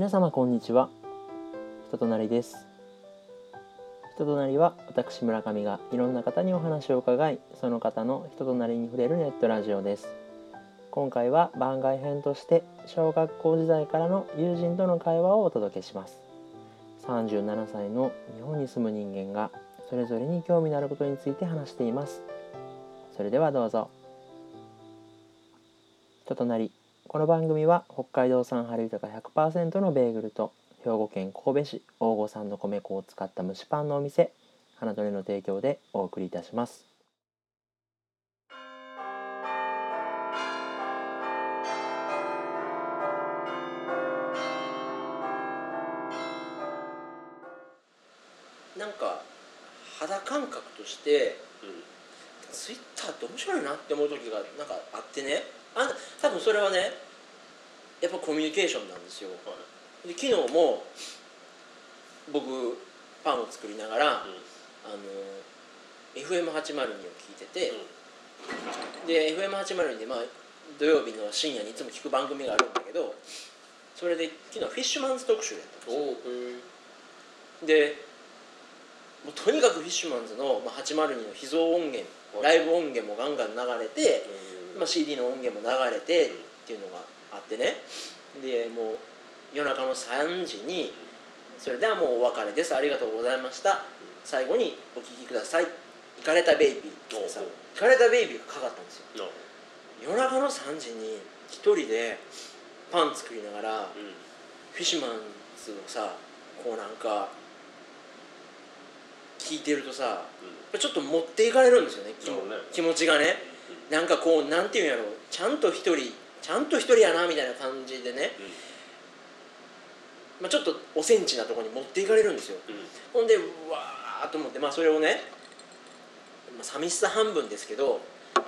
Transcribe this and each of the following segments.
皆様こんにちは。人となりです。人となりは私村上がいろんな方にお話を伺い、その方の人となりに触れるネットラジオです。今回は番外編として小学校時代からの友人との会話をお届けします。37歳の日本に住む人間がそれぞれに興味のあることについて話しています。それではどうぞ。人となり、この番組は北海道産春豊 100% のベーグルと兵庫県神戸市大御産の米粉を使った蒸しパンのお店花鳥の提供でお送りいたします。なんか肌感覚として、ツイッターって面白いなって思う時がなんかあってね、多分それはねやっぱコミュニケーションなんですよ。で昨日も僕パンを作りながら、FM802 を聞いてて、で FM802 で土曜日の深夜にいつも聞く番組があるんだけど、それで昨日フィッシュマンズ特集やったんですよ。でもうとにかくフィッシュマンズの802の秘蔵音源、ライブ音源もガンガン流れて、CD の音源も流れてっていうのがあってね、でもう夜中の3時にそれではもうお別れです、ありがとうございました、最後にお聴きください、イカれたベイビーってさ、イカれたベイビーがかかったんですよ。夜中の3時に一人でパン作りながら、フィッシュマンズのさこうなんか聞いてるとさ、ちょっと持っていかれるんですよね、気持ちがね。なんかこうなんていうんやろう、ちゃんと一人やなみたいな感じでね、ちょっとおセンチなところに持っていかれるんですよ。ほんでうわーっと思って、それをね、寂しさ半分ですけど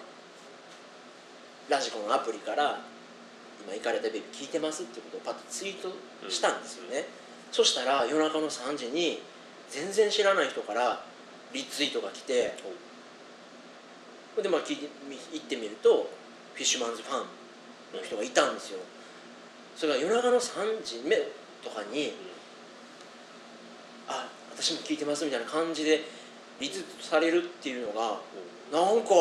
ラジコのアプリから今イカれたベイビー聞いてますっていうことをパッとツイートしたんですよね。そしたら夜中の3時に全然知らない人からリツイートが来て、で聞いて行ってみるとフィッシュマンズファンの人がいたんですよ。それが夜中の3時目とかに、私も聞いてますみたいな感じでリツイートされるっていうのが、なんか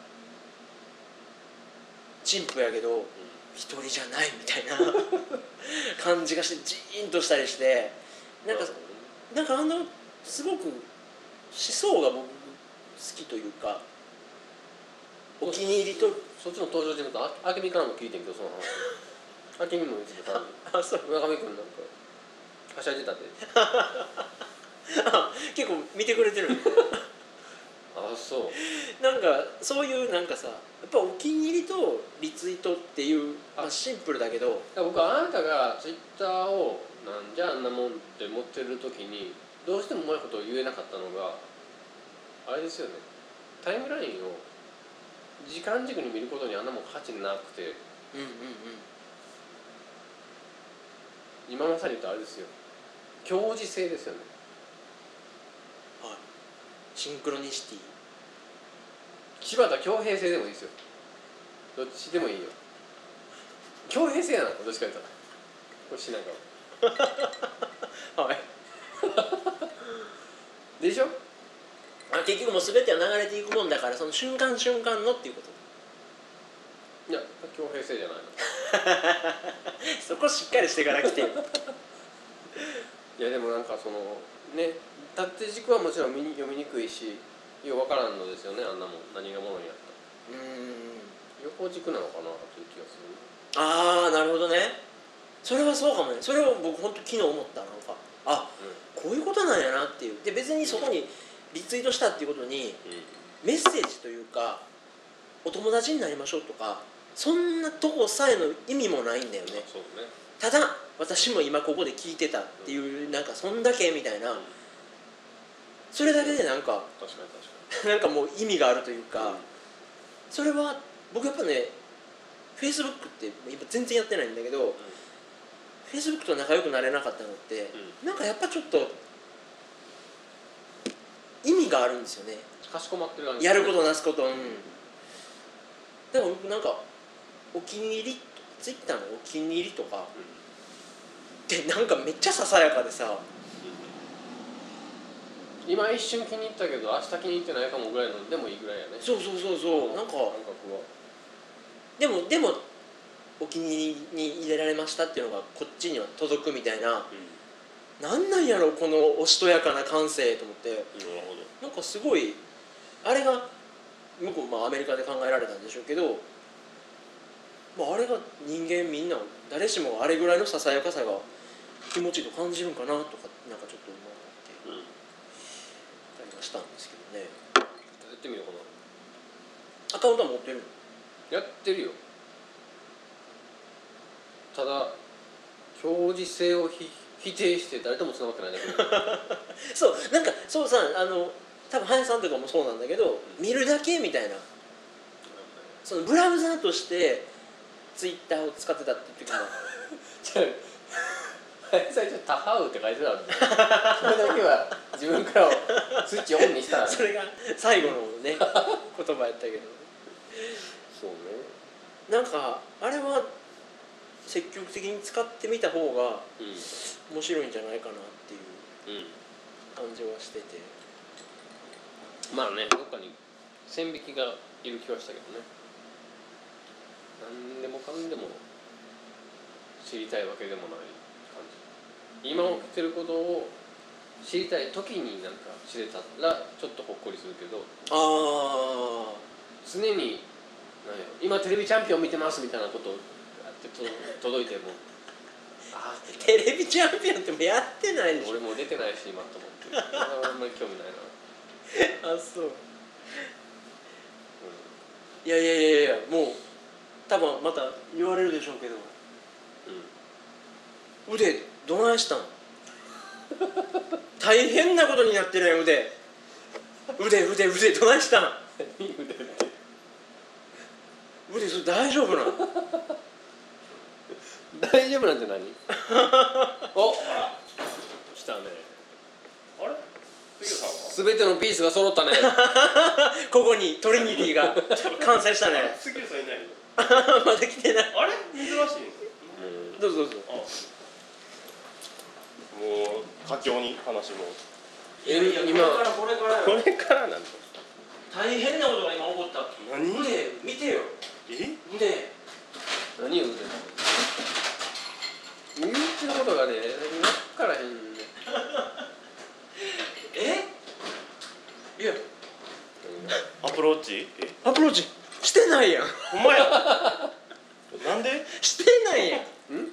陳腐やけど一人じゃないみたいな感じがして、ジーンとしたりして、なんかすごく思想が僕好きというか、お気に入りと。 そっちの登場人物あけみからも聞いてんけど、その話あけみも言ってた。そう、村上君なんかはしゃいでたって結構見てくれてるそうなんかそういうなんかさ、やっぱお気に入りとリツイートっていう、シンプルだけど、 僕あなたがツイッターをなんじゃあんなもんって持ってる時にどうしてもうまいことを言えなかったのがあれですよね。タイムラインを時間軸に見ることにあんなもん価値なくて、今まさに言ったあれですよ、共時性ですよね。 シンクロニシティ、 柴田恭平性でもいいですよ。どっちでもいいよ。恭平性なのどっちか言ったらこれしないからはいでしょ。 結局もう全ては流れていくもんだから、その瞬間瞬間のっていうこと。 いや、恭平性じゃないのそこしっかりしてから来てよいやでもなんかそのね、縦軸はもちろん読みにくいしよく分からんのですよね、あんなもん何がものにあった。横軸なのかなという気がする。 なるほどね。それはそうかもね。それを僕本当昨日思った。なんかこういうことなんやなっていう。で別にそこにリツイートしたっていうことに、メッセージというかお友達になりましょうとかそんなとこさえの意味もないんだよね。 そうね。 ただ私も今ここで聞いてたっていう、なんかそんだけみたいな、それだけでなんか確かになんかもう意味があるというか、それは僕やっぱね、Facebook って今全然やってないんだけど、Facebook と仲良くなれなかったのって、なんかやっぱちょっと意味があるんですよね。 かしこまってる感じ。 やることなすこと。でもなんかお気に入り、Twitter のお気に入りとか、 でなんかめっちゃささやかでさ、 今一瞬気に入ったけど明日気に入ってないかもぐらいのでもいいぐらいやね。 そうそうそうそう、なんか感覚は。 でもお気に入りに入れられましたっていうのがこっちには届くみたいな、なんなんやろこのおしとやかな感性と思って、 なるほど。 なんかすごいあれが向こう、まあ、アメリカで考えられたんでしょうけど、まあ、あれが人間みんな誰しもあれぐらいのささやかさが気持ちいいと感じるんかなとかなんかちょっと思ってたりはしたんですけどね。 やってみようかな。 アカウントは持ってるの？ やってるよ。ただ表示性を否定して誰ともつながってないんだけどそうなんかそうさ多分林さんとかもそうなんだけど、見るだけみたいな、そのブラウザーとしてツイッターを使ってたって言ってくるの最初タハウって書いてたんでそれだけは自分からスイッチオンにしたらそれが最後のね言葉やったけど、 そうね。 なんかあれは積極的に使ってみた方が面白いんじゃないかなっていう感じはしてて、 まあね、どっかに線引きがいる気はしたけどね。何でもかんでも知りたいわけでもない感じ。今起きてることを知りたい時になんか知れたらちょっとほっこりするけど、 あ常になんや今テレビチャンピオン見てますみたいなことをやって届いてもテレビチャンピオンってもやってないでしょ。 俺もう出てないし今と思ってあんまり興味ないな。 あ、そう。いやいやいやいや、もう多分また言われるでしょうけど、腕どないしたん大変なことになってるやん。腕どないしたん腕それ大丈夫なん大丈夫なんて何お来たね。 あれ杉浦さんは全てのピースが揃ったねここにトリニティが完成したね杉浦さんいないのまだ来てない。 あれ珍しいのどうぞどうぞ。 もう佳境に話も今これからこれからなんだ大変なことが今起こった。 何腕見てよ。腕何言うてんの言ってることがね分からへんね。 いやアプローチアプローチしてないやんほんまやなんでしてないやん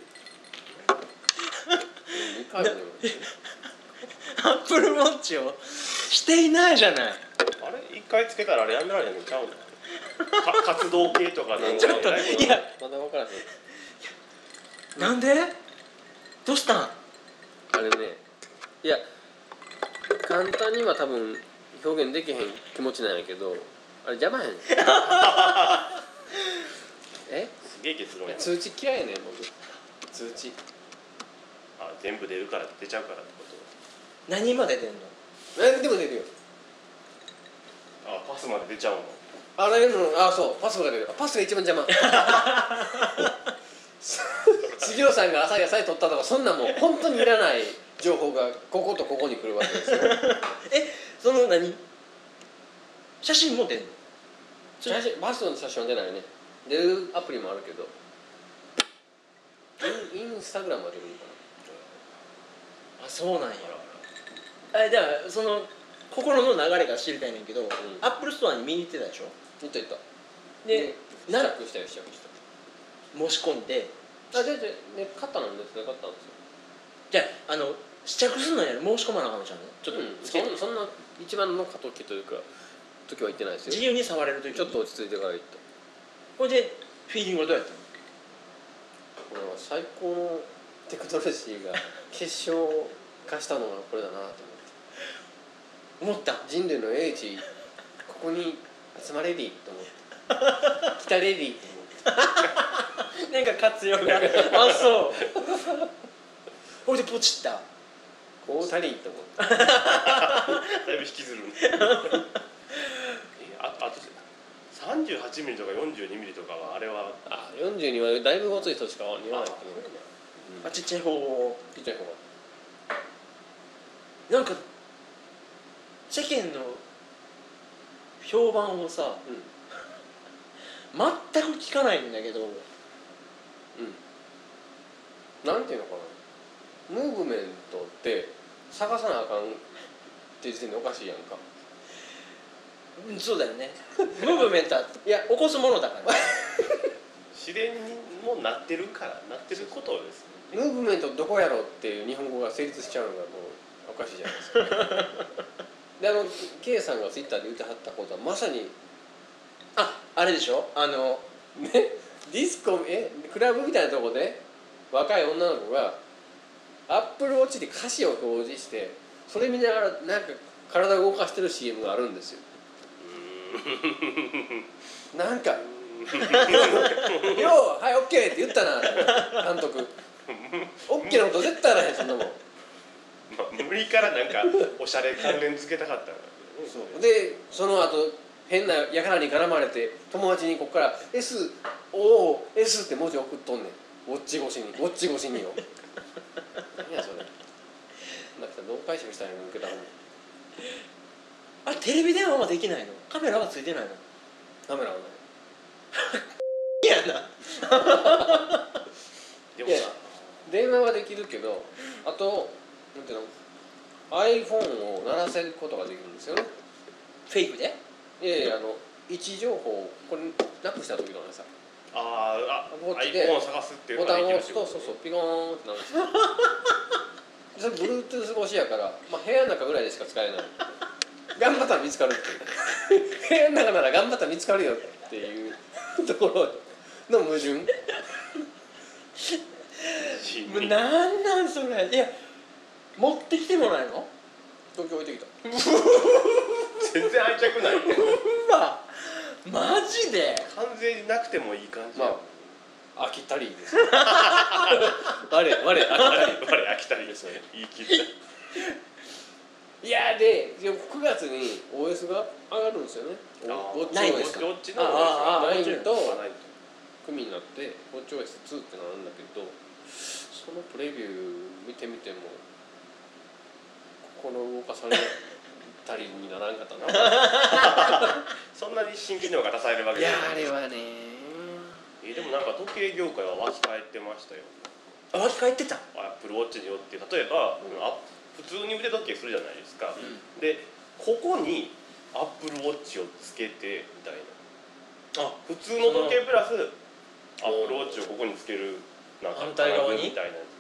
アップルウォッチをしていないじゃない。 あれ一回つけたらあれやめられへんのちゃうの活動系とかなんかちょっといやまだ分からへん。 なんでどうしたん。 あれね、いや簡単には多分表現できへん気持ちなんやけど、あれ邪魔やねんすげえ結論や通知嫌いやねん僕。通知全部出るから出ちゃうからってこと何まで出んの。 何でも出るよ。 パスまで出ちゃうのあれのそうパスが出る。パスが一番邪魔杉尾さんが朝野菜取ったとかそんなもん本当にいらない情報がこことここに来るわけですよその何写真も出んの。 パスの写真は出ないね。出るアプリもあるけどインスタグラムは出るのかあ、そうなんや。じゃあその心の流れが知りたいねんけど、アップルストアに見に行ってたでしょ。 な。言った言ったで試着したよ試着した。 申し込んで、 じゃあね買ったのですね買ったんですよ。 じゃあ試着するのやる申し込まなあかんのちゃうの。ちょっとつけて、 そんな一番の過渡期というか時は行ってないですよ。 自由に触れるときちょっと落ち着いてから行った。 これでフィーリングはどうやったの。 これは最高のテクノロジーが結晶化したのがこれだなと思った。 人類の英知ここに集まれりと思って来たれりと思ってなんか活用があ、そうほいでポチった。 こうたりと思ってだいぶ引きずるあと38ミリとか42ミリとかはあれは 42はだいぶごつい人しか似合わないと思う。 あ、ちっちゃい方をちっちゃい方がなんか世間の評判をさ、全く聞かないんだけど、 なんていうのかな、ムーブメントって探さなあかんっていう時点でおかしいやんか。 そうだよねムーブメントはいや起こすものだからね自然にもなってるからなってることですムーブメントどこやろっていう日本語が成立しちゃうのがもうおかしいじゃないですかでK さんがツイッターで言ってはったことはまさにあれでしょ、 ね、ディスコクラブみたいなところで若い女の子がアップルウォッチで歌詞を表示してそれ見ながらなんか体を動かしてる CM があるんですよ。なんか「ようはい OK」って言ったな監督。 OK なこと絶対あらへんそんなもん。 まあ、無理からなんかおしゃれ関連付けたかったんだけどね。 そうでその後変なやからに絡まれて友達にここから SOS って文字送っとんねん。ウォッチ越しによ何やそれ。なんかどう解釈したらいいの受けたの。 あれテレビ電話はできないの？カメラはついてないの？ カメラはない。 いやなでもいや電話はできるけど、あとなんていうの iPhone を鳴らせることができるんですよね。 フェイクで？ いやいや位置情報これなくした時のさこっちで iPhone を探すっていうボのができるタンを押すとそうピコーンってなるんですよそれ Bluetooth 越しやから、まあ、部屋の中ぐらいでしか使えない頑張ったら見つかるっていう部屋の中なら頑張ったら見つかるよっていうところの矛盾もうなんなんそれ。いや持ってきてもないの？ 東京置いてきた。 全然愛着ないマジで？ 完全になくてもいい感じや、 まあ飽きたりです我飽きたり飽きたりですよね。 言い切ったいやで9月に OS が上がるんですよね。ウォッチないん OS ですか？ ウォッチの OS が 9とないと組になってウォッチ OS2 ってなるんだけど、そのプレビュー見てみても心動かされたりにならんかったなそんなに新機能が出されるわけいやじゃない。 あれはねでもなんか時計業界は沸き返ってましたよ。 あ、沸き返ってた？ アップルウォッチによって例えば、普通に腕時計するじゃないですか、でここにアップルウォッチをつけてみたいな、普通の時計プラスアップルウォッチをここにつけるなんか反対側にみたいなや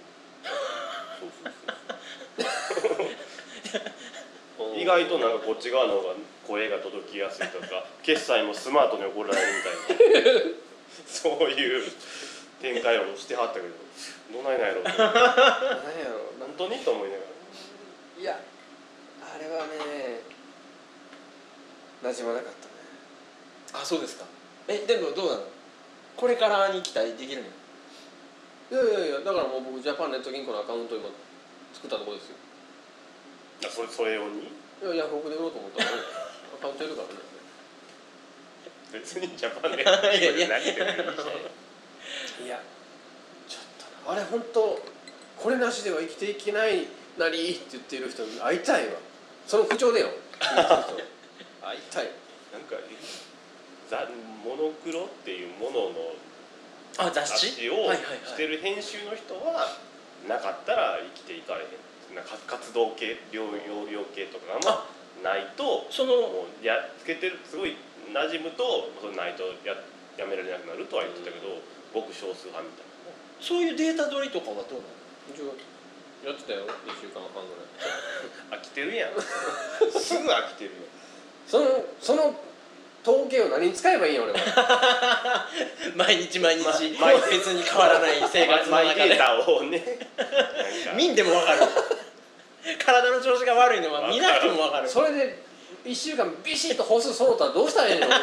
つ意外となんかこっち側の方が声が届きやすいとか決済もスマートに行られるみたいなそういう展開をしてはったけどどないなんやろうって何やろ本当にと思いながらいやあれはね馴染まなかったね。 あ、そうですか。でもどうなの？これからに期待できるの？ いやだからもう僕ジャパンネット銀行のアカウント今作ったところですよ。 それ用にいや僕で売ろうと思ったらアカウントいるからね。 別にジャパンネット銀行じゃなくてもいいしいやちょっとなあれ本当これなしでは生きていけないなりって言っている人に会いたいわ。その口調でよ会いたい。 なんかモノクロっていうものの雑雑誌誌をはいしてる編集の人はなかったら生きていかれへん。なんか活動系療養系とかがないとそのもうつけてるすごい馴染むとそれないとやめられなくなるとは言ってたけど、ごく少数派みたいな。 そういうデータ取りとかはどうなの？ 一応やってたよ1週間半ぐらい。 飽きてるやんすぐ飽きてるやん。 その統計を何に使えばいいんや俺は毎日別に変わらない生活のマイ中でデータをねなんか見んでも分かる体の調子が悪いのは見なくても分かる。 それで1週間ビシッと歩数揃ったらどうしたらええねん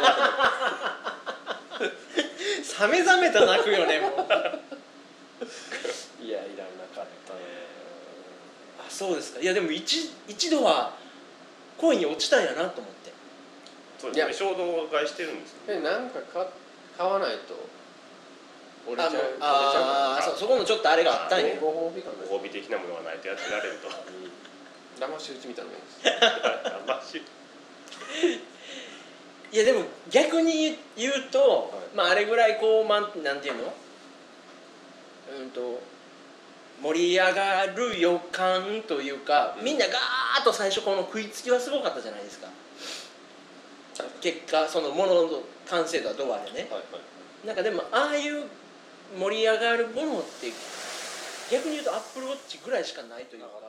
さめざめと泣くよねもういやいらなかったね。 あ、そうですか。いやでも一度は恋に落ちたんやなと思って。 そうですね、衝動買いしてるんですよ。 なんか買わないと折れちゃうそこのちょっとあれがあったんや。 ご褒美感ご褒美的なものがないとやってられると騙し討ちみたいなもんです騙しいやでも逆に言うと、まああれぐらいこうなんていうの、盛り上がる予感というか、みんなガーッと最初この食いつきはすごかったじゃないですか。結果そのものの完成度はどうあれね、なんかでもああいう盛り上がるものって逆に言うとアップルウォッチぐらいしかないというか、だ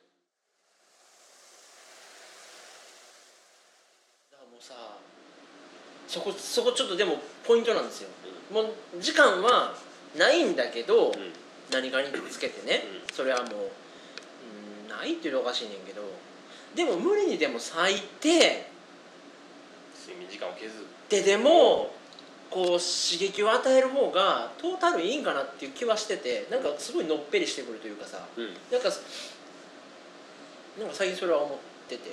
からもうさ、そこちょっとでもポイントなんですよ、もう時間はないんだけど、何かにつけてね、それはもう、ないっていうのおかしいねんけど、でも無理にでも割いて睡眠時間を削っでもこう刺激を与える方がトータルいいんかなっていう気はしてて、なんかすごいのっぺりしてくるというかさ、なんか最近それは思ってて、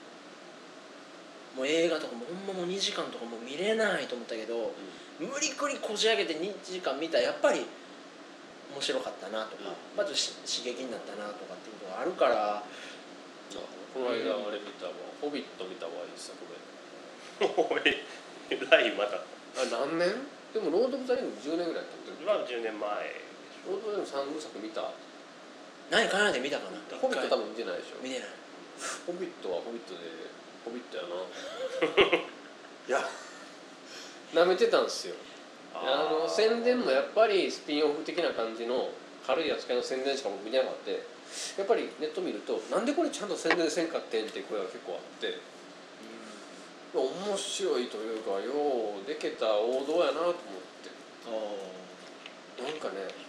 もう映画とかもほんまもう2時間とかもう見れないと思ったけど、無理くりこじ開けて2時間見たらやっぱり面白かったなとか、まず刺激になったなとかっていうことがあるから。 この間あれ見たわ、ホビット見たわ、一作目。 えらいまた何年？でもロード・オブ・ザ・リング10年ぐらい経ってる。 今の10年前ロード・オブ・ザ・リング3部作見た。 何かなで見たかな。 ホビット多分見てないでしょ。 見てない。 ホビットはホビットでホビットやな。いやなめてたんですよ。宣伝もやっぱりスピンオフ的な感じの軽い扱いの宣伝しか僕見てなかった。やっぱりネット見るとなんでこれちゃんと宣伝せんかってんって声が結構あって、面白いというかようできた王道やなと思って。なんかね、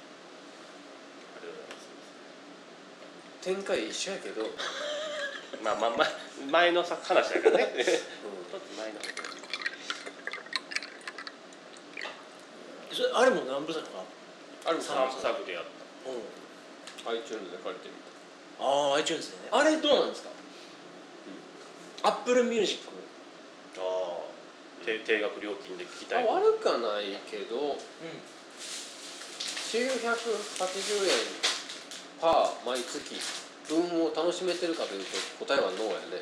展開一緒やけどまあ前の話だからねちょっと前のそれあれも何部作かあれも 3部作でやった、 iTunes で借りてみた。 ああ iTunes でね。あれどうなんですか、Apple Music。 定額料金で聞きたい。 悪かないけど、980円パー毎月分を楽しめてるかというと答えはノーやね。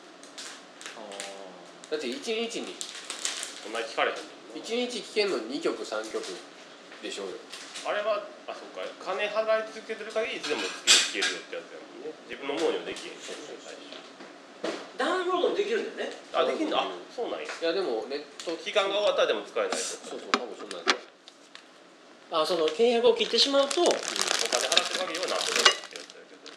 だって1日にそんなに聞かれへんの 1日聴けんの2曲3曲でしょうよ。 あれはそうか、金払い続けてる限りいつでも月に聴けるよってやつやもんね。自分のものにはできへんし、 ダウンロードもできるんだよね。 できんの。そうなんや。 いやでもネット期間が終わったらでも使えないと。 そう多分そんなんや。 その契約を切ってしまうと、お金払ってる限りは何ぼでもってやつだけど。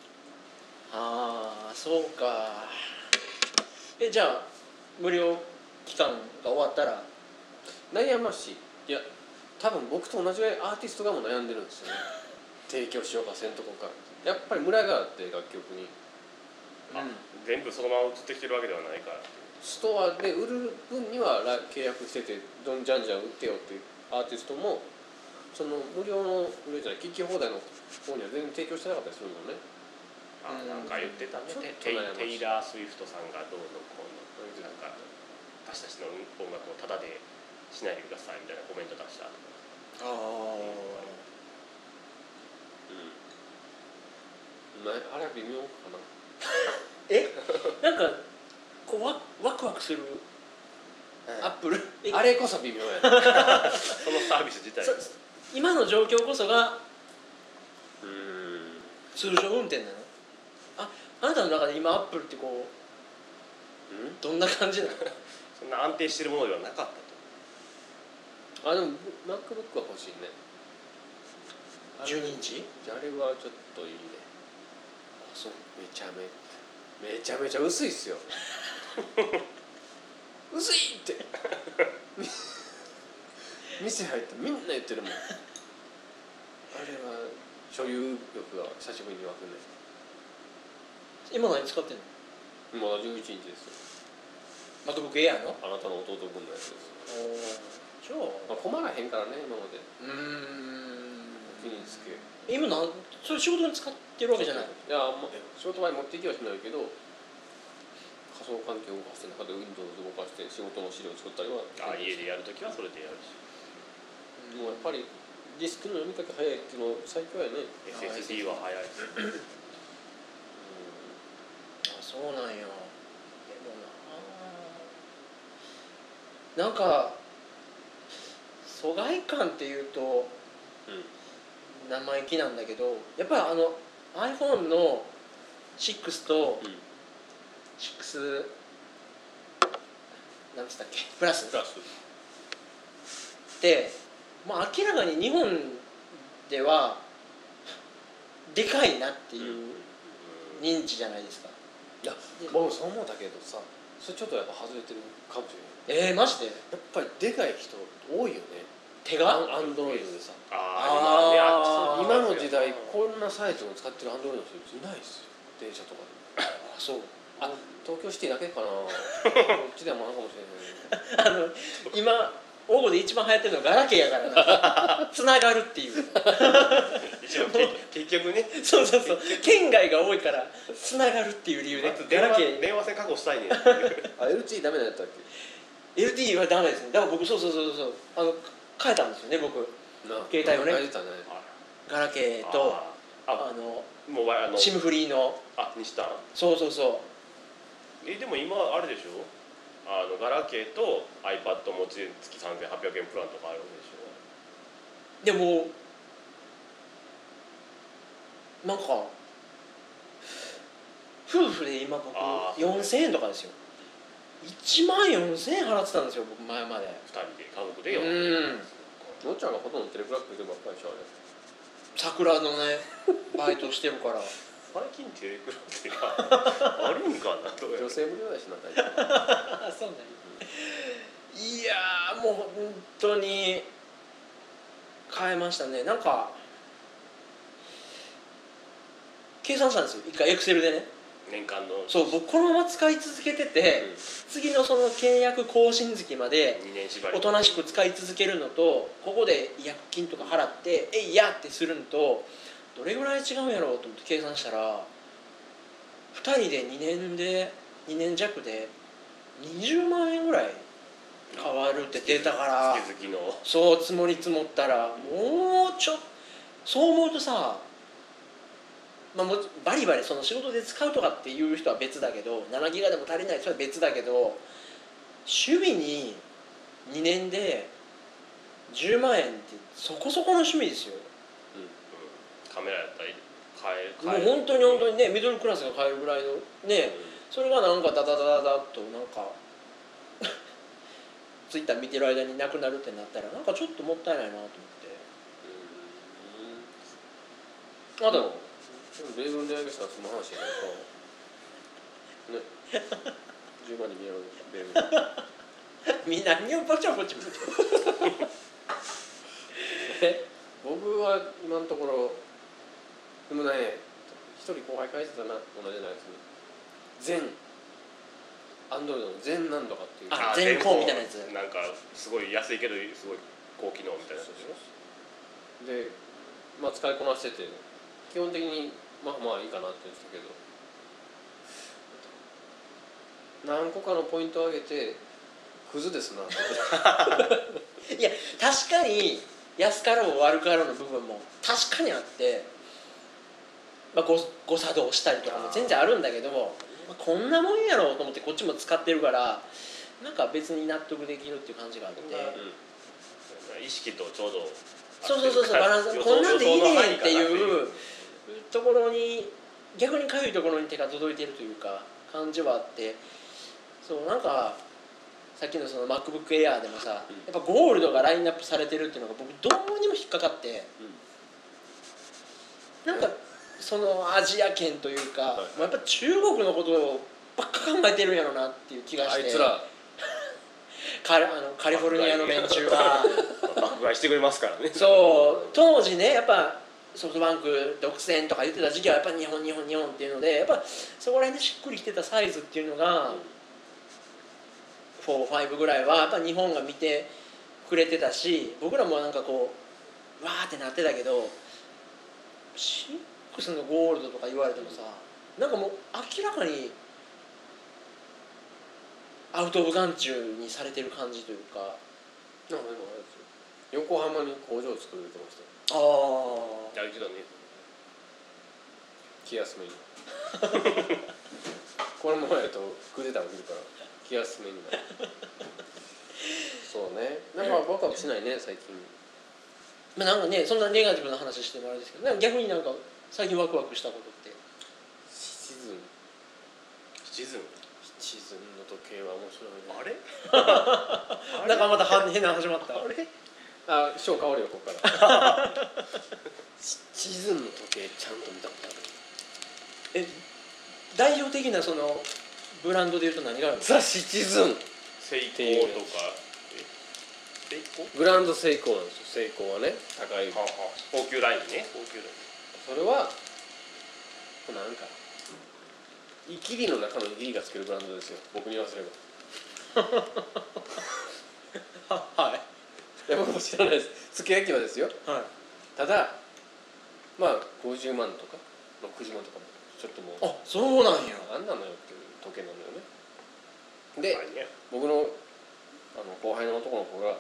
そうか。じゃあ無料期間が終わったら悩ましい。いや多分僕と同じぐらいアーティストがも悩んでるんですよね。提供しようかせんとこか。やっぱりムラがあって楽曲に、 全部そのまま移ってきてるわけではないから。 ストアで売る分には契約しててどんじゃんじゃん売ってよっていうアーティストもその無料じゃない聞き放題の方には全然提供してなかったりするもんね。 なんか言ってたね。テイラー・スウィフトさんがどうのこうのなんか私たちの音楽をタダでしないでくださいみたいなコメント出したとか。 あれは微妙かな。 なんかこうワクワクするアップル、 あれこそ微妙やね。 そのサービス自体今の状況こそが通常運転なの？あなたの中で今アップルってこうどんな感じなの？ そんな安定してるものではなかったと。 でも MacBook は欲しいね。 12インチ？ あれはちょっといいね。そうめちゃめちゃ薄いっすよ。薄いって店入ってみんな言ってるもん。あれは所有欲が久しぶりに湧くね。 今何使ってんの？ まだ11インチですよ。 MacBook Air の？ あなたの弟分のやつです。 じゃあ、 困らへんからね今まで。気につけ。 今それ仕事に使ってるわけじゃない？ いや仕事場に持っていきはしないけど仮想環境を動かして中で Windows 動かして仕事の資料を作ったりは。 家でやるときはそれでやるし。 もうやっぱりディスクの読み書き早いっていうの最強やね。 SSD は早いですあ、そうなんや。でもなんか疎外感っていうと生意気なんだけど、やっぱりiPhone の6と6なんつったっけプラスってまあ明らかに日本ではでかいなっていう認知じゃないですか。 いや僕そう思うんだけどさ、それちょっとやっぱ外れてるかもしれない。 マジでやっぱりでかい人多いよね。 手がアンドロイドでさ、 あ今の時代こんなサイズを使ってるアンドロイドの人いないですよ、電車とかで。 そう。 東京シティだけかなこっちでもあるかもしれない。 今大御で一番流行ってるのガラケーやからなつながるっていう結局ね。 そう県外が多いからつながるっていう理由でガラケー電話線確保したいね LTE ダメなんやったっけ。 LTE はダメですね。だから僕そう変えたんですよね、僕携帯をね。 変えてたね。 ガラケーともうシムフリーのにしたん。 そうでも今あれでしょ、ガラケーと iPad 持ち月3800円プランとかあるんでしょ。 でもなんか夫婦で今僕4000円とかですよ。1万4000円払ってたんですよ、僕前まで。 2人で家族でよ。 のっちゃんがほとんどテレクラックでばっかりでしょ、あれ。 桜のねバイトしてるから最近テレクラってあるんかな。 女性無料やしな、大体。 そうなんいやーもう本当に変えましたね。なんか計算したんですよ、一回エクセルでね。 年間のそう僕このまま使い続けてて、次のその契約更新月まで 2年縛りおとなしく使い続けるのと、ここで違約金とか払ってえいやってするのとどれぐらい違うんやろうと思って計算したら、2人で2年弱で20万円ぐらい変わるって出たから、 月々のそう積もり積もったらもうそう思うとさ、まあ、バリバリその仕事で使うとかっていう人は別だけど、7ギガでも足りない人は別だけど、趣味に2年で10万円ってそこそこの趣味ですよ。 カメラやったりもう本当にね、ミドルクラスが買えるぐらいのね、それがなんかダダダダダッとなんかツイッター見てる間になくなるってなったら、なんかちょっともったいないなと思って。あと米軍値上げしたらその話やないかね。10万に見える米軍。 みんな何をぼちゃぼちゃ僕は今のところでもね、一人後輩返してたな、同じじゃないですね。アンドロイドの全なんとかっていう全コンみたいなやつ、 なんかすごい安いけどすごい高機能みたいなやつで、まあ、使いこなしてて基本的にまあいいかなって言ってたけど、何個かのポイントを上げてクズですなっていや確かに安かろう悪かろうの部分も確かにあって、まあ、誤作動したりとかも全然あるんだけど、まあ、こんなもんやろうと思ってこっちも使ってるから、なんか別に納得できるっていう感じがあって、 意識とちょうどそうバランス、こんなんでいいねっていうところに逆にかゆいところに手が届いているというか感じはあって、そうなんかさっきのその MacBook Air でもさ、やっぱゴールドがラインナップされてるっていうのが僕どうにも引っかかって、なんかそのアジア圏というか、やっぱ中国のことをばっか考えてるんやろなっていう気がして、 あいつらカリフォルニアの連中は爆買いしてくれますからね。 そう当時ね、やっぱソフトバンク独占とか言ってた時期はやっぱ日本っていうので、やっぱそこら辺でしっくりきてたサイズっていうのが、4、5ぐらいはやっぱ日本が見てくれてたし、僕らもなんかこうわーってなってたけど、6のゴールドとか言われてもさ、なんかもう明らかにアウト・オブ・眼中にされてる感じというか、 横浜に工場を作るってました。 ああ大事だね。 気休めにこれもやるとクーデター起きるから気休めになるそうね。なんかワクワクしないね最近。 まあなんかねそんなネガティブな話してもあれですけど、なんか逆になんか最近ワクワクしたことって。 シチズンシチズンの時計は面白いね。 あれなんかまた変なの始まった。 あれあ、ショー変わるよここからシチズンの時計ちゃんと見たことある。 代表的なそのブランドでいうと何があるんですか？ ザ・シチズンセイコーとかセイコーグランドセイコーなんですよ。セイコーはね高い。 高級ラインね。高級ライン。 それはなんかイキリの中のイキリがつけるブランドですよ。僕に言わせればはいいや僕も知らないです。つけ焼きはですよ。 はい。 ただまあ50万とか60万とかもちょっともうあ、そうなんや。 何なのよっていう時計なのよね。で、 ね、 僕の後輩の男の子が、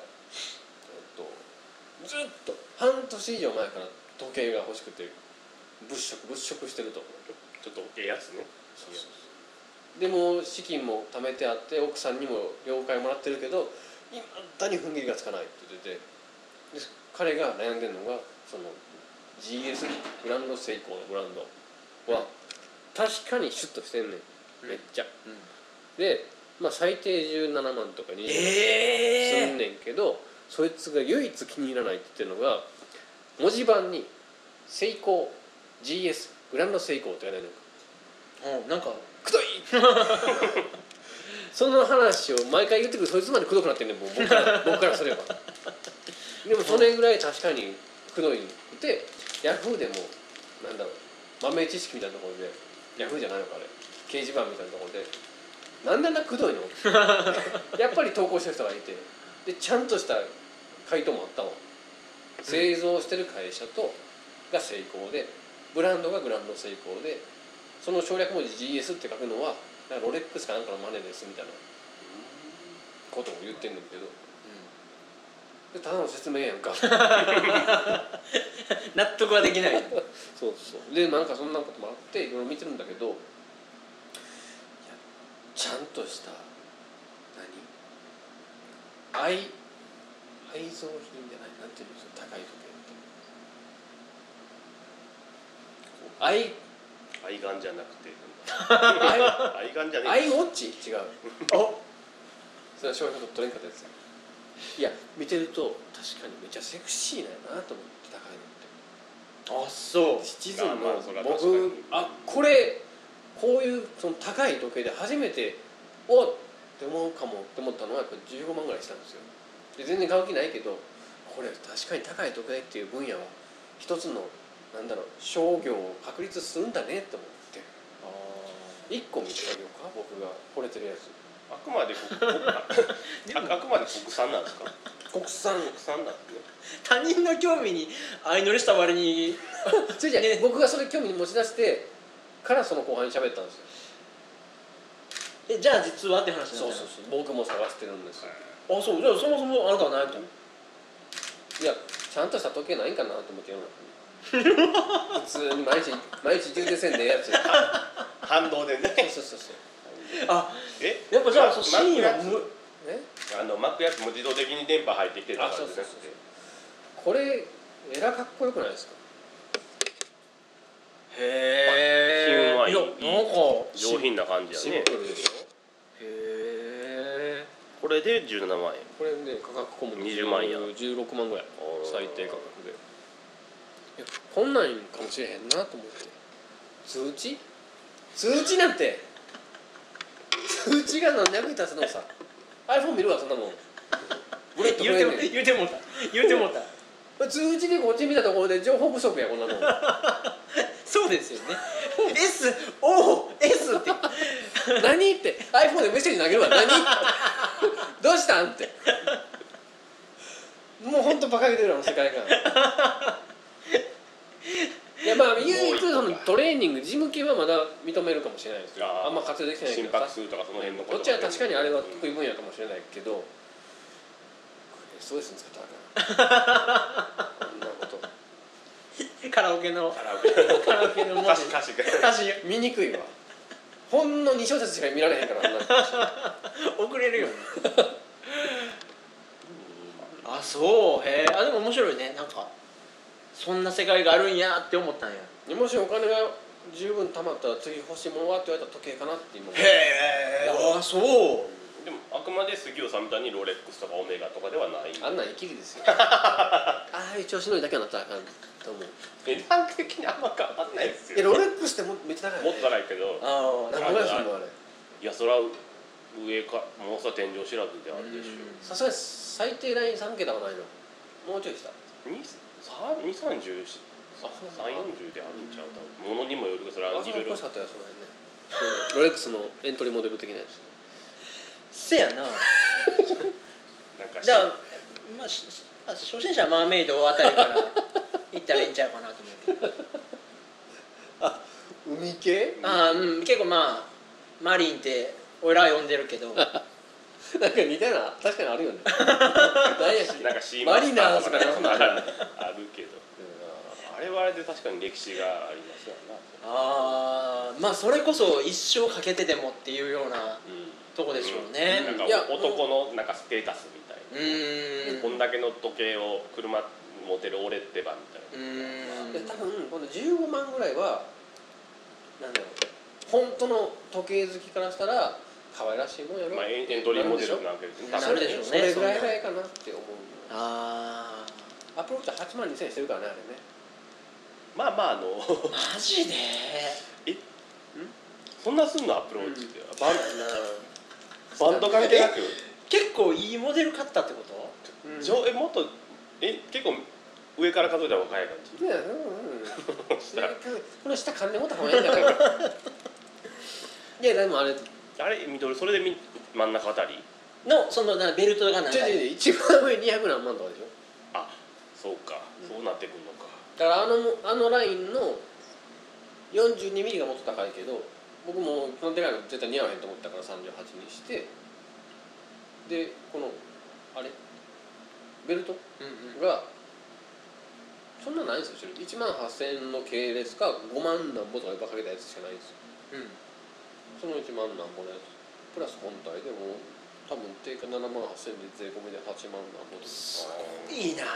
ずっと半年以上前から時計が欲しくて物色してると。 ちょっと大きいやつね。 でも資金も貯めてあって奥さんにも了解もらってるけどいまだに踏ん切りがつかないって言ってて、で彼が悩んでるのがその GS グランドセイコーのブランドは確かにシュッとしてんねん、めっちゃ、で、まあ、最低17万とか20万すんねんけど、そいつが唯一気に入らないって言ってるのが文字盤にセイコー GS グランドセイコーって書いてあるの。 なんかくどいその話を毎回言ってくるそいつまでくどくなってんねん、もう僕からすればでもそれぐらい確かにくどいくて、ヤフーでもなんだろう豆知識みたいなところで、ヤフーじゃないのかあれ掲示板みたいなところでなんであんなくどいのやっぱり投稿してる人がいて、でちゃんとした回答もあったわ。製造してる会社とがセイコーでブランドがグランドセイコーで、その省略文字 GS って書くのはなんかロレックスかなんかの真似ですみたいなことを言ってんねんけど、でただの説明やんか納得はできないそうそうでなんかそんなこともあっていろいろ見てるんだけど、いやちゃんとした愛蔵品じゃない、なんていうんですよ、高い時計って愛玩じゃなくて愛愛玩じゃねえ。 アイウォッチ違うおそれは商品取れんかったやつ。いや見てると確かにめっちゃセクシーなんやなと思って高いのって。 あ、そう。 シチズンのまあそれは確か僕にこれこういうその高い時計で初めておっって思うかもって思ったのはやっぱ15万ぐらいしたんですよ。で全然買う気ないけど、これ確かに高い時計っていう分野は一つのなんだろう商業を確立するんだねって思って1個見てあげようか、僕が惚れてるやつ。 あくまであくまで国産なんですか？ 国産国産なんですね。 他人の興味に相乗りした割にそれじゃね、僕がそれ興味に持ち出してからその後輩に喋ったんですよ。 じゃあ実はって話なんだよ。 そう僕も探してるんですよ。 あ、そう。じゃあそもそもあなたはないと思う。 いやちゃんとした時計ないんかなと思って世の中に普通に毎日充電せんでええやつ反動でね。 そうあ、 やっぱじゃあ深夜巻くやつも自動的に電波入ってきてるとかじゃなくて、 これえらかっこよくないですか。 へえ。 品はいい、 なんか上品な感じシンやね。 プルでしょ。 へえ。 これで17万円。 これね価格コム 20万や 16万ぐらい最低価格で。いやこんなんかもしれへんなと思って。通知なんて通知が何で役に立つのさ。 iPhone 見るわそんなもん。ブレッド言うてもうた通知でこっち見たところで情報不足やこんなもんそうですよね。S って何って iPhone でメッセージ投げるわ。何どうしたんってもうほんとバカげてるわ世界観いやまあ唯一そのトレーニングジム系はまだ認めるかもしれないですよ。あんま活用できてないけど心拍数とかその辺のこっちは確かにあれは得意分野かもしれないけど、 SOS に使ったらあかんこんなことカラオケのカラオケの文字歌詞歌詞見にくいわほんの2小節しか見られへんからあんな遅れるよねあそうへえあでも面白いねなんかそんな世界があるんやって思ったんやもしお金が十分貯まったら次欲しいものはって言われたら時計かなって今へえあそうでもあくまで杉尾さんみたいにロレックスとかオメガとかではないあんなん生きりですよああいう調子乗りだけはなったらあかんと思う値段的にあんま変わんないですよロレックスってめっちゃ高いもっと高いけどあ何ぼぐらいするのあれいやそれは上かもうさ天井知らずであるでしょさすがに最低ライン3桁はないのもうちょいした 230 あ 340であるんちゃう多分物にもよるけどそれはいろいろ欲しかったよその辺ねロレックスのエントリーモデル的なやつせやななんかじゃあ、まあ、初心者はマーメイドあたりから行ったらいいんちゃうかなと思うけど海系結構まあマリンって俺らは呼んでるけどなんか似たような確かにあるよね何やしなんかシーマリナーズとかねかなあるけどあれはあれで確かに歴史がありますよなまあそれこそ一生かけてでもっていうようなとこでしょうね、 なんかいや男のなんかステータスみたいなこんだけの時計を車持てる俺ってばみたいなで多分この15万ぐらいはなんだろう本当の時計好きからしたら可愛らしいもんやろ、 まあ、エントリーモデルなわけですねなるでしょうねそれぐらいがいいかなって思うあアプローチは8万2000円してるからねあれねまあまあマジでそんなすんのアプローチって、バンド関係なく結構いいモデル買ったってこと、 もっと結構上から数えた方が早い感じいやこの下噛んでもった方がいいんだからいやでもあれあれミドルそれで真ん中あたりのそのベルトが何か一番上200何万とかでしょあそうか、そうなってくるのかだからあのラインの42ミリがもっと高いけど僕もこのでかいの絶対似合わへんと思ったから38にしてでこのあれベルトがそんなないんですよ1万8000円の系列か5万何ぼとかかけたやつしかないんですよ、その1万何ぼのやつプラス本体でも多分定価7万8000円で税込みで8万何ぼとかいいな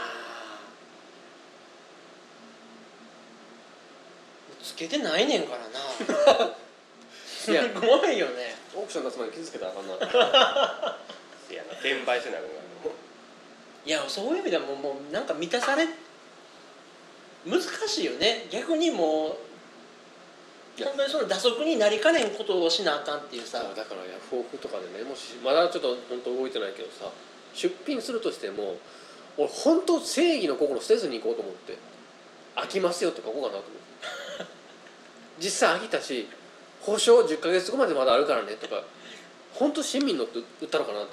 つけてないねんからなすごいよねオークション出すまで傷つけたらあかんないやな転売せなくなるいやそういう意味ではもうなんか満たされ難しいよね逆にもう本当にその打足になりかねんことをしなあかんっていうさだからヤフオクとかでねもしまだちょっと本当動いてないけどさ出品するとしても俺本当正義の心捨てずに行こうと思って飽きますよって書こうかなと思って実際飽きたし保証10ヶ月後までまだあるからねとか本当親身に乗って売ったのかなと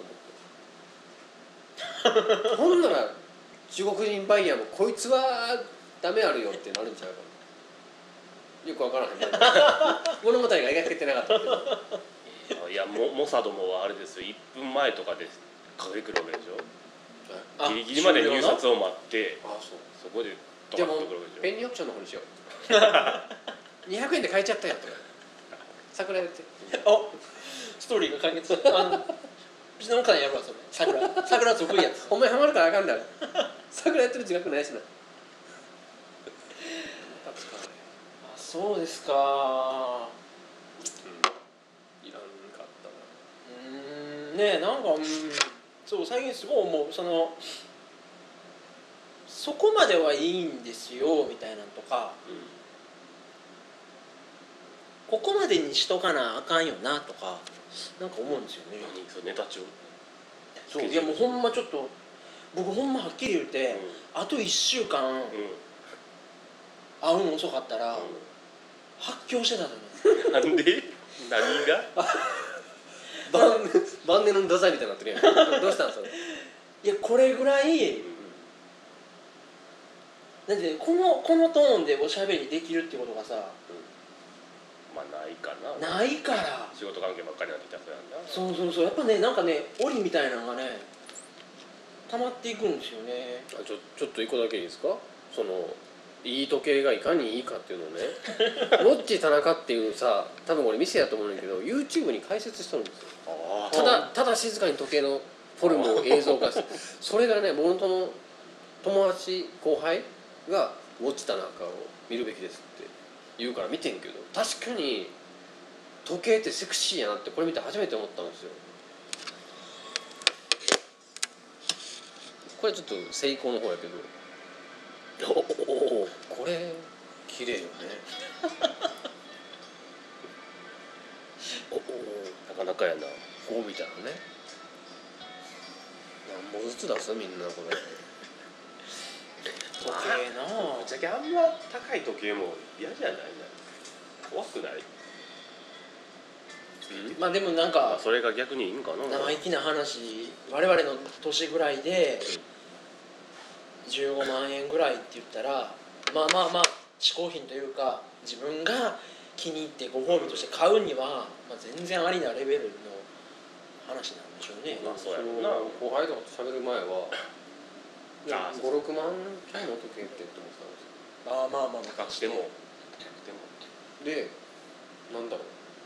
思ってほんなら中国人バイヤーもこいつはダメあるよってなるんちゃうかなよくわからへん物語が描けてなかったけどいやモサドもあれですよ1分前とかでかけてくるわけでしょギリギリまで入札を待ってそこでドカッとくるわけでしょペンニーオプションの方にしよう200円で買えちゃったよとか桜やってストーリーが完結うちの奥さんやるわそれ桜得意やつお前ハマるからあかんだろ桜やってる自覚ないしなそうですかいらんかったなねえなんかそう最近すごい思うそこまではいいんですよみたいなのとか、ここまでにしとかなあかんよなとかなんか思うんですよね。 何それネタ帳そういやもうほんまちょっと僕ほんまはっきり言うて、あと1週間、会うの遅かったら、発狂してたと思う。 なんで何が晩年の太宰みたいになってるやんどうしたんそれいやこれぐらい、なんでこのトーンでおしゃべりできるってことがさ、 まあないかなないから仕事関係ばっかりになってきたらそうやんなそうやっぱねなんかね檻みたいなのがね溜まっていくんですよね。 ちょっと一個だけいいですか。そのいい時計がいかにいいかっていうのをねロッチ田中っていうさ、多分これ店やと思うんだけど YouTube に解説してるんですよ。ただ静かに時計のフォルムを映像化してそれがね、僕の友達後輩がウォッチ田中を見るべきですって言うから見てんけど、確かに時計ってセクシーやなってこれ見て初めて思ったんですよ。これちょっとセイコーの方やけど、これ綺麗よねなかなかやな。 こう見たらね、何本ずつ出すみんなこれ時計なぶっちゃけあんま高い時計も嫌じゃないな。怖くない？ まあでもなんまかあそれが逆にいいんかな。 生意気な話、我々の年ぐらいで15万円ぐらいって言ったら、まあ嗜好品というか自分が気に入ってご褒美として買うには、まあ、全然ありなレベルの話なんでしょうね。 まあそうやろうな。 後輩とかと喋る前はあ 5、6万キャンの時計って思ってたんですよ。 まあ高くてもで、なんだろ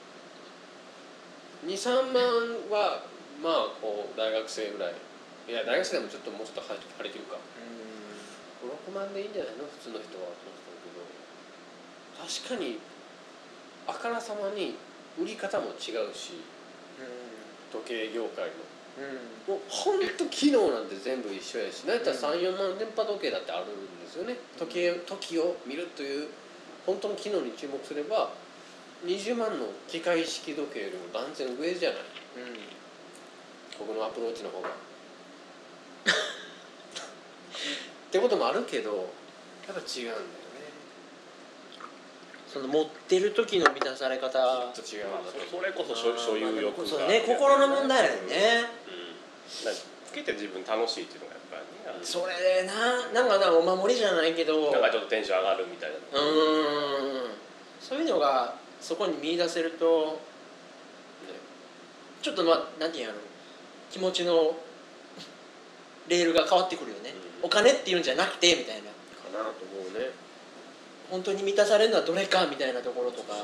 う、2、3万はまあこう大学生ぐらい、いや大学生でもちょっともうちょっと晴れてるか、5、6万でいいんじゃないの普通の人はと思ってたけど、確かにあからさまに売り方も違うし、時計業界のもうほんと機能なんて全部一緒やし、なんやったら3、4万電波時計だってあるんですよね。時を見るという本当の機能に注目すれば20万の機械式時計よりも断然上じゃない、僕のアプローチの方がってこともあるけど、やっぱ違うんだよね。 その持ってる時の満たされ方ちょっと違うんだと。 それこそ所有欲がそうね、心の問題だよね。 つけて自分楽しいっていうのがやっぱりね。 それなんかお守りじゃないけど、 なんかちょっとテンション上がるみたいな。 そういうのがそこに見出せると、ちょっとなんていうんやろ、気持ちのレールが変わってくるよね。お金っていうんじゃなくてみたいな。 かなと思うね。 本当に満たされるのはどれかみたいなところとか。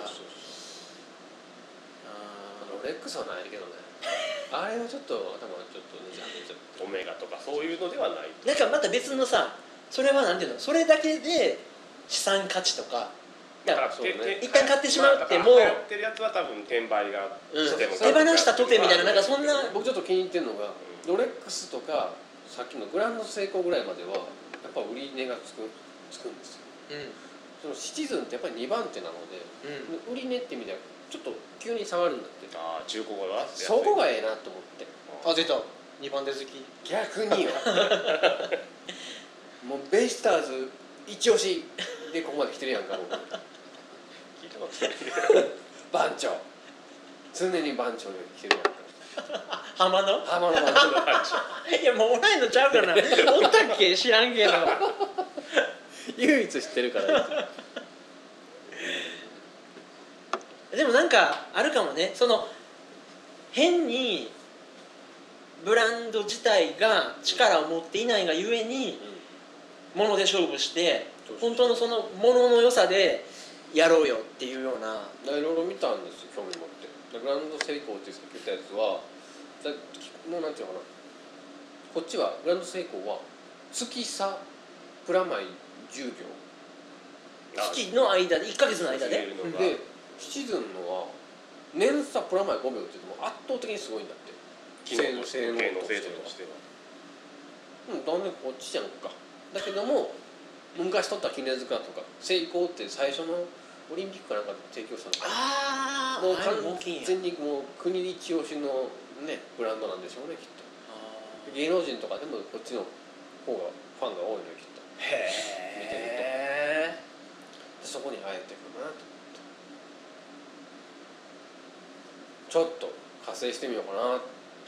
ロレックスはないけどね。あれはちょっと多分ちょっとね、 オメガとかそういうのではない。 なんかまた別のさ、それはなんていうの、それだけで資産価値とか。一旦買ってしまうってもう、 流行ってるやつは多分転売がしても手放したとてみたいな、なんかそんな。 僕ちょっと気に入ってるのが、ロレックスとかさっきのグランドセイコーぐらいまではやっぱ売り値がつくんですよ。そのシチズンってやっぱり2番手なので、売り値って意味ではちょっと急に下がるんだって。 中古がそこがええなと思って。 出た2番手好き。 逆によもうベイスターズ一押しでここまで来てるやんか。僕聞いたことない番長常に番長で来てるやんか。 浜の番長いやもうおらんのちゃうかな。おったっけ知らんけど唯一知ってるからでもなんかあるかもね。その変にブランド自体が力を持っていないがゆえに物で勝負して本当のその物の良さでやろうよっていうような。 いろいろ見たんですよ、興味持って。グランドセイコーってさっき言ったやつはもうなんていうのかな、こっちはグランドセイコーは月差プラマイ10秒月の間で1ヶ月の間でで、シチズンのは年差プラマイ5秒って言っても圧倒的にすごいんだって。 性能としてはだんだんこっちじゃんか。だけども昔取った絹塚とかセイコーって最初のオリンピックかなんかで提供したのかな。もう完全にもう国一押しのねブランドなんでしょうね、きっと。芸能人とかでもこっちの方がファンが多いのよ、きっと。見てるとそこにあえてかなと思って、ちょっと加勢してみようかな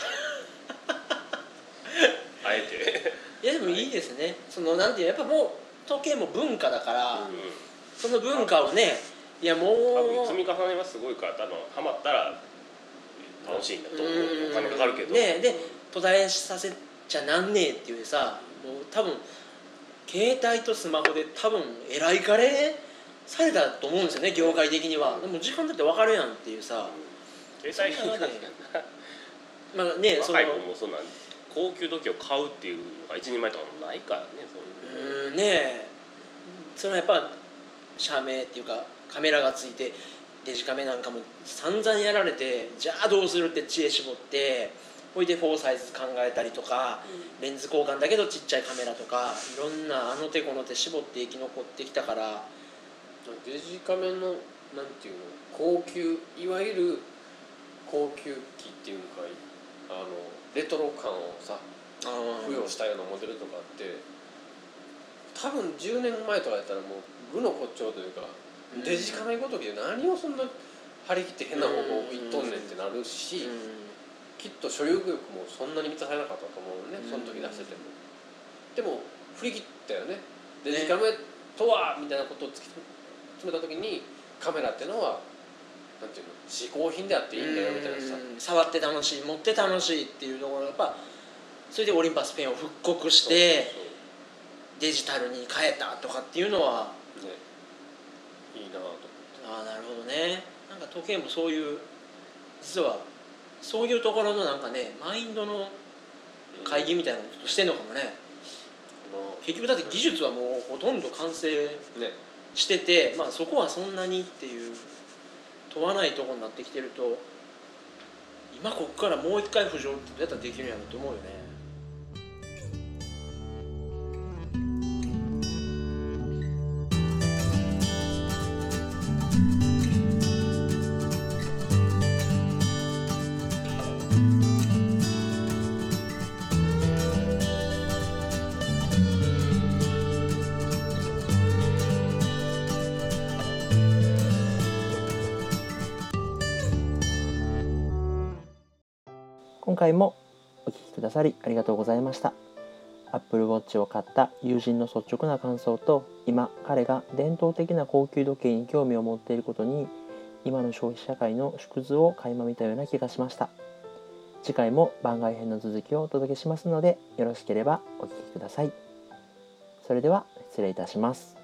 あえていやでもいいですね。そのなんていうやっぱもう時計も文化だから、その文化をね、いやもう積み重ねはすごいから多分ハマったら楽しいんだと思う。お金かかるけどね。で途絶えさせじゃなんねえっていうさ、もう多分携帯とスマホで多分えらいかれされたと思うんですよね、業界的には。でも時間だって分かるやんっていうさ、 携帯にまあね、 若い子もそんな高級時計を買うっていうのが一人前とかもないからね。そういうねえ、それはやっぱ写メっていうかカメラがついて、デジカメなんかも散々やられて、じゃあどうするって知恵絞って、ほいで4サイズ考えたりとか、レンズ交換だけどちっちゃいカメラとか、いろんなあの手この手絞って生き残ってきたから。 デジカメのなんていうの、高級、いわゆる高級機っていうか、レトロ感をさ付与したようなモデルとかって、多分10年前とかやったらもう愚の骨頂というか、デジカメごときで何をそんな張り切って変な方向行っとんねんってなるし、きっと所有欲もそんなに満たされなかったと思うね、その時出してても。でも振り切ったよね、デジカメとはみたいなことを突き詰めた時に、カメラっていうのはなんていうの、嗜好品であっていいんだよみたいなさ、 触って楽しい、持って楽しいっていうところがやっぱ、それでオリンパスペンを復刻してデジタルに変えたとかっていうのは、 ね、いいなと思って。 ああなるほどね。なんか時計もそういう、実はそういうところのなんかね、マインドの会議みたいなのをちょっとしてんのかもね。結局だって技術はもうほとんど完成してて、まあそこはそんなにっていう問わないところになってきてると、今ここからもう一回浮上ってどうやったらできるんやろと思うよね。今回もお聞きくださりありがとうございました。Apple Watch を買った友人の率直な感想と、今彼が伝統的な高級時計に興味を持っていることに、今の消費社会の縮図を垣間見たような気がしました。次回も番外編の続きをお届けしますので、よろしければお聞きください。それでは失礼いたします。